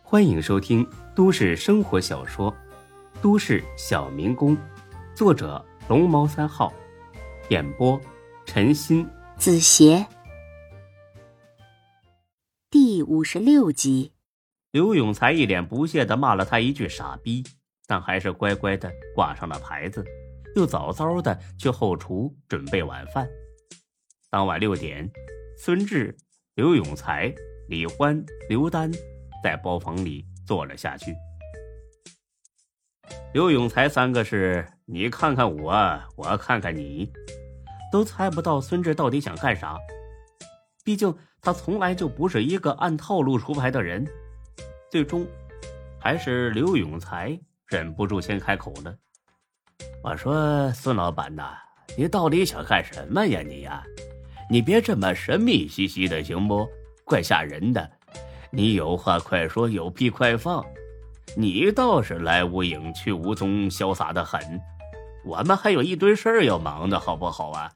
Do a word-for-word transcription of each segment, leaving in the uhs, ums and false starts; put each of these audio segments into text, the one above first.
欢迎收听都市生活小说《都市小民工》，作者龙猫三号，演播陈鑫、 子邪。第五十六集。 刘永才一脸不屑地骂了他一句傻逼，但还是乖乖地挂上了牌子，又早早地去后厨准备晚饭。当晚六点，孙志、刘永才、李欢、刘丹在包房里坐了下去。刘永才三个是你看看我，我看看你，都猜不到孙志到底想干啥。毕竟他从来就不是一个按套路出牌的人。最终还是刘永才忍不住先开口了。我说孙老板呐，你到底想干什么呀你呀？你别这么神秘兮兮的行不？怪吓人的。你有话快说，有屁快放。你倒是来无影去无踪，潇洒的很。我们还有一堆事儿要忙的好不好啊？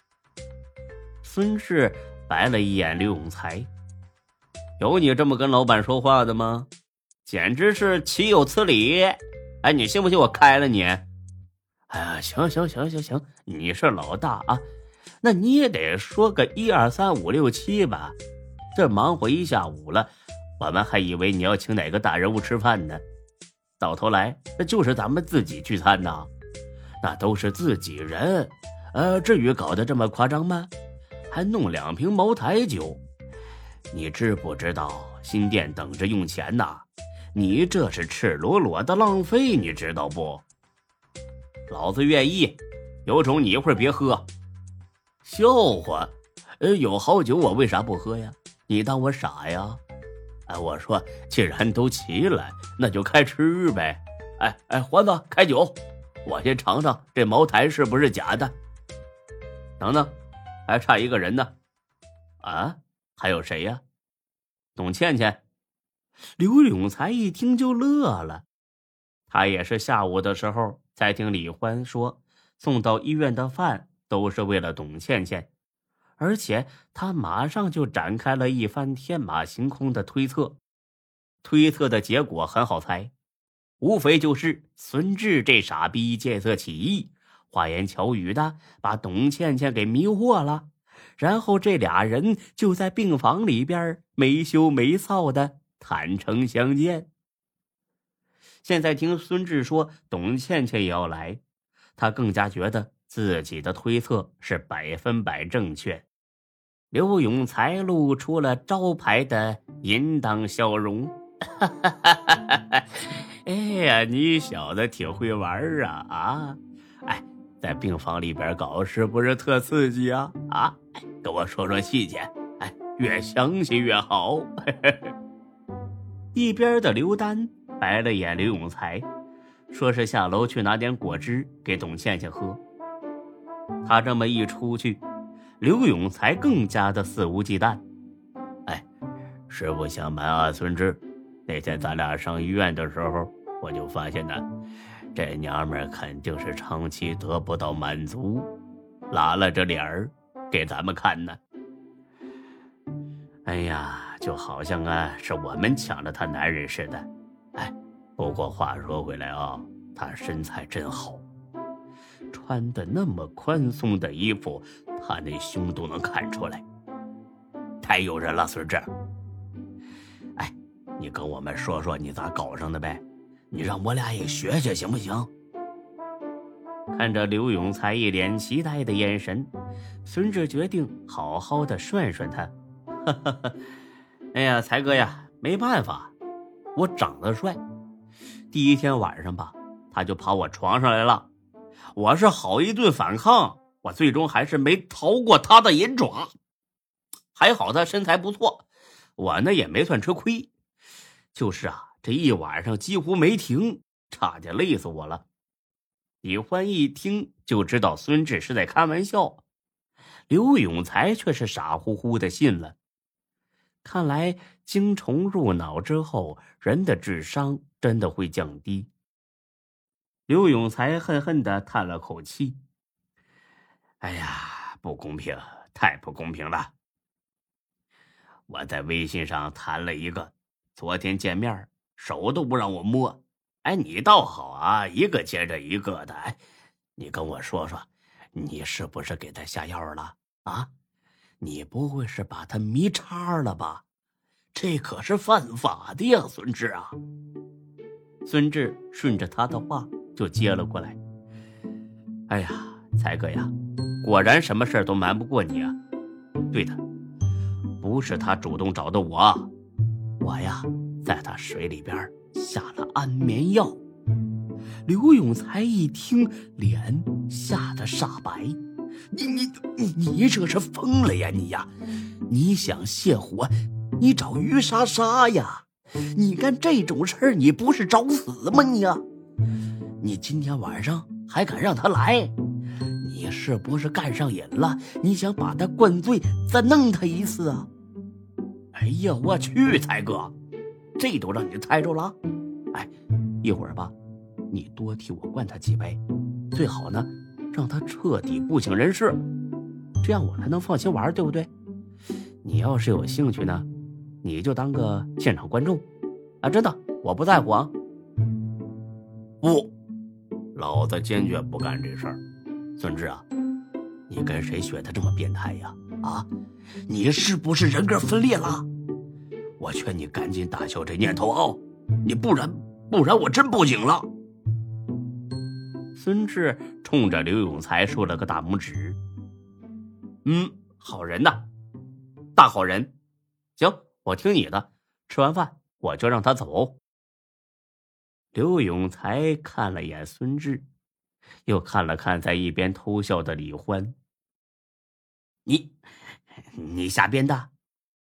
孙志白了一眼刘永才，有你这么跟老板说话的吗？简直是岂有此理！哎，你信不信我开了你？哎呀，行行行行行，你是老大啊，那你也得说个一二三五六七吧。这忙活一下午了，我们还以为你要请哪个大人物吃饭呢，到头来那就是咱们自己聚餐呐，那都是自己人，呃，至于搞得这么夸张吗？还弄两瓶茅台酒，你知不知道新店等着用钱呐？你这是赤裸裸的浪费，你知道不？老子愿意，有种你一会儿别喝。笑话，呃，有好酒我为啥不喝呀？你当我傻呀？哎，我说既然都齐了，那就开吃呗。哎哎，欢子开酒，我先尝尝这茅台是不是假的。等等，还差一个人呢。啊，还有谁呀？董倩倩。刘永才一听就乐了，他也是下午的时候才听李欢说送到医院的饭都是为了董倩倩，而且他马上就展开了一番天马行空的推测。推测的结果很好猜，无非就是孙志这傻逼见色起意，花言巧语的把董倩倩给迷惑了，然后这俩人就在病房里边没羞没臊的坦诚相见。现在听孙志说董倩倩也要来，他更加觉得自己的推测是百分百正确。刘永才露出了招牌的淫荡笑容。哎呀，你小子挺会玩啊啊！哎，在病房里边搞是不是特刺激啊？啊，跟我说说细节，哎，越详细越好。一边的刘丹白了眼刘永才，说是下楼去拿点果汁给董倩倩喝。他这么一出去，刘永才更加的肆无忌惮。哎，实不相瞒啊，孙志，那天咱俩上医院的时候，我就发现呢，这娘们肯定是长期得不到满足，拉了这脸儿给咱们看呢。哎呀，就好像啊是我们抢了她男人似的。哎，不过话说回来啊，她身材真好，穿的那么宽松的衣服，她那胸都能看出来，太诱人了，孙志。哎，你跟我们说说你咋搞上的呗，你让我俩也学学行不行？看着刘永才一脸期待的眼神，孙志决定好好的涮涮他。哎呀，才哥呀，没办法，我长得帅。第一天晚上吧，他就跑我床上来了，我是好一顿反抗，我最终还是没逃过他的银爪。还好他身材不错，我呢也没算吃亏。就是啊，这一晚上几乎没停，差点累死我了。李欢一听就知道孙志是在开玩笑，刘永才却是傻乎乎的信了。看来精虫入脑之后，人的智商真的会降低。刘永才恨恨地叹了口气，哎呀，不公平，太不公平了。我在微信上谈了一个，昨天见面手都不让我摸。哎，你倒好啊，一个接着一个的。哎，你跟我说说，你是不是给他下药了啊？你不会是把他迷叉了吧？这可是犯法的呀，孙志啊！孙志顺着他的话就接了过来。哎呀，才哥呀，果然什么事都瞒不过你啊。对的，不是他主动找的我，我呀在他水里边下了安眠药。刘永才一听，脸吓得煞白。你你你你这是疯了呀你呀！你想泄火，你找于莎莎呀！你干这种事儿，你不是找死吗你呀？你今天晚上还敢让他来？你是不是干上瘾了？你想把他灌醉，再弄他一次啊？哎呀，我去，才哥，这都让你猜着了。哎，一会儿吧，你多替我灌他几杯，最好呢让他彻底不省人事，这样我才能放心玩，对不对？你要是有兴趣呢，你就当个现场观众啊！真的，我不在乎啊。不，老子坚决不干这事儿。孙志啊，你跟谁学的这么变态呀？啊，你是不是人格分裂了？我劝你赶紧打消这念头啊！你不然不然我真报警了。孙志冲着刘永才竖了个大拇指。嗯，好人呐，大好人。行，我听你的，吃完饭我就让他走。刘永才看了眼孙志，又看了看在一边偷笑的李欢。你你瞎编的？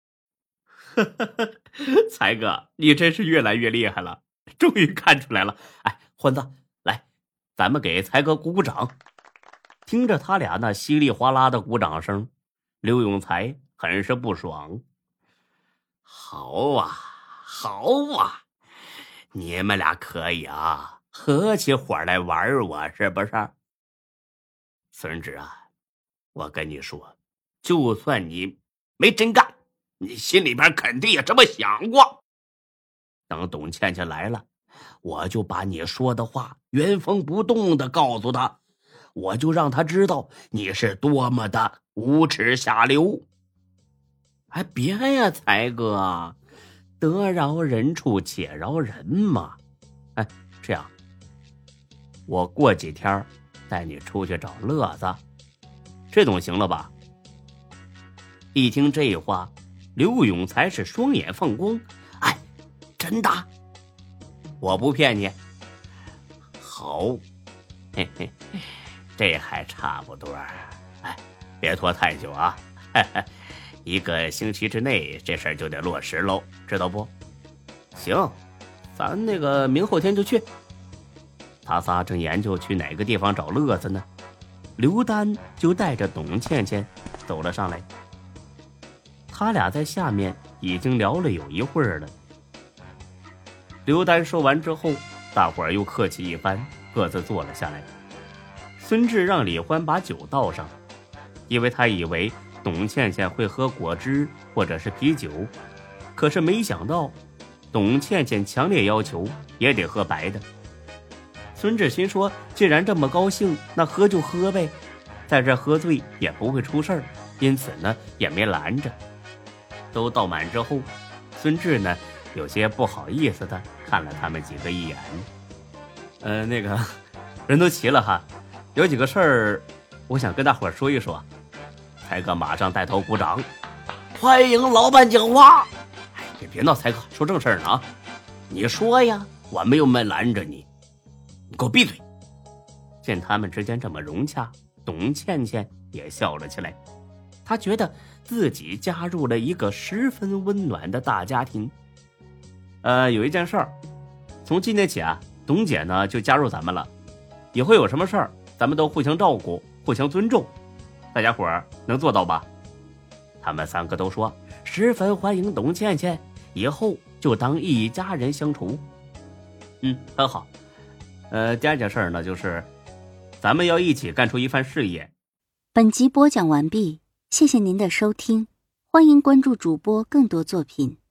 才哥，你真是越来越厉害了，终于看出来了。哎，欢子，来，咱们给才哥鼓鼓掌。听着他俩那稀里哗啦的鼓掌声，刘永才很是不爽。好啊好啊，你们俩可以啊，合起伙来玩我是不是？孙志啊，我跟你说，就算你没真干，你心里边肯定也这么想过。等董倩倩来了，我就把你说的话原封不动的告诉她，我就让她知道你是多么的无耻下流。哎，别呀，才哥，得饶人处且饶人嘛。哎，这样，我过几天带你出去找乐子，这总行了吧？一听这话，刘永才是双眼放光。哎，真的？我不骗你。好，嘿嘿，这还差不多。哎，别拖太久啊。嘿嘿，一个星期之内这事儿就得落实喽，知道不？行，咱那个明后天就去。他仨正研究去哪个地方找乐子呢，刘丹就带着董倩倩走了上来。他俩在下面已经聊了有一会儿了。刘丹说完之后，大伙儿又客气一番，各自坐了下来。孙志让李欢把酒倒上，因为他以为董倩倩会喝果汁或者是啤酒，可是没想到董倩倩强烈要求也得喝白的。孙志心说，既然这么高兴，那喝就喝呗，在这喝醉也不会出事儿，因此呢也没拦着。都倒满之后，孙志呢有些不好意思的看了他们几个一眼。呃，那个人都齐了哈，有几个事儿我想跟大伙儿说一说。才哥马上带头鼓掌，欢迎老板讲话。哎，别别闹，才哥说正事儿呢啊！你说呀，我们又没拦着你，你给我闭嘴。见他们之间这么融洽，董倩倩也笑了起来。她觉得自己加入了一个十分温暖的大家庭。呃，有一件事儿，从今天起啊，董姐呢就加入咱们了。以后有什么事儿，咱们都互相照顾，互相尊重。大家伙儿能做到吧？他们三个都说十分欢迎董倩倩，以后就当一家人相处。嗯，很好。呃，第二件事呢，就是咱们要一起干出一番事业。 本集播讲完毕，谢谢您的收听，欢迎关注主播更多作品。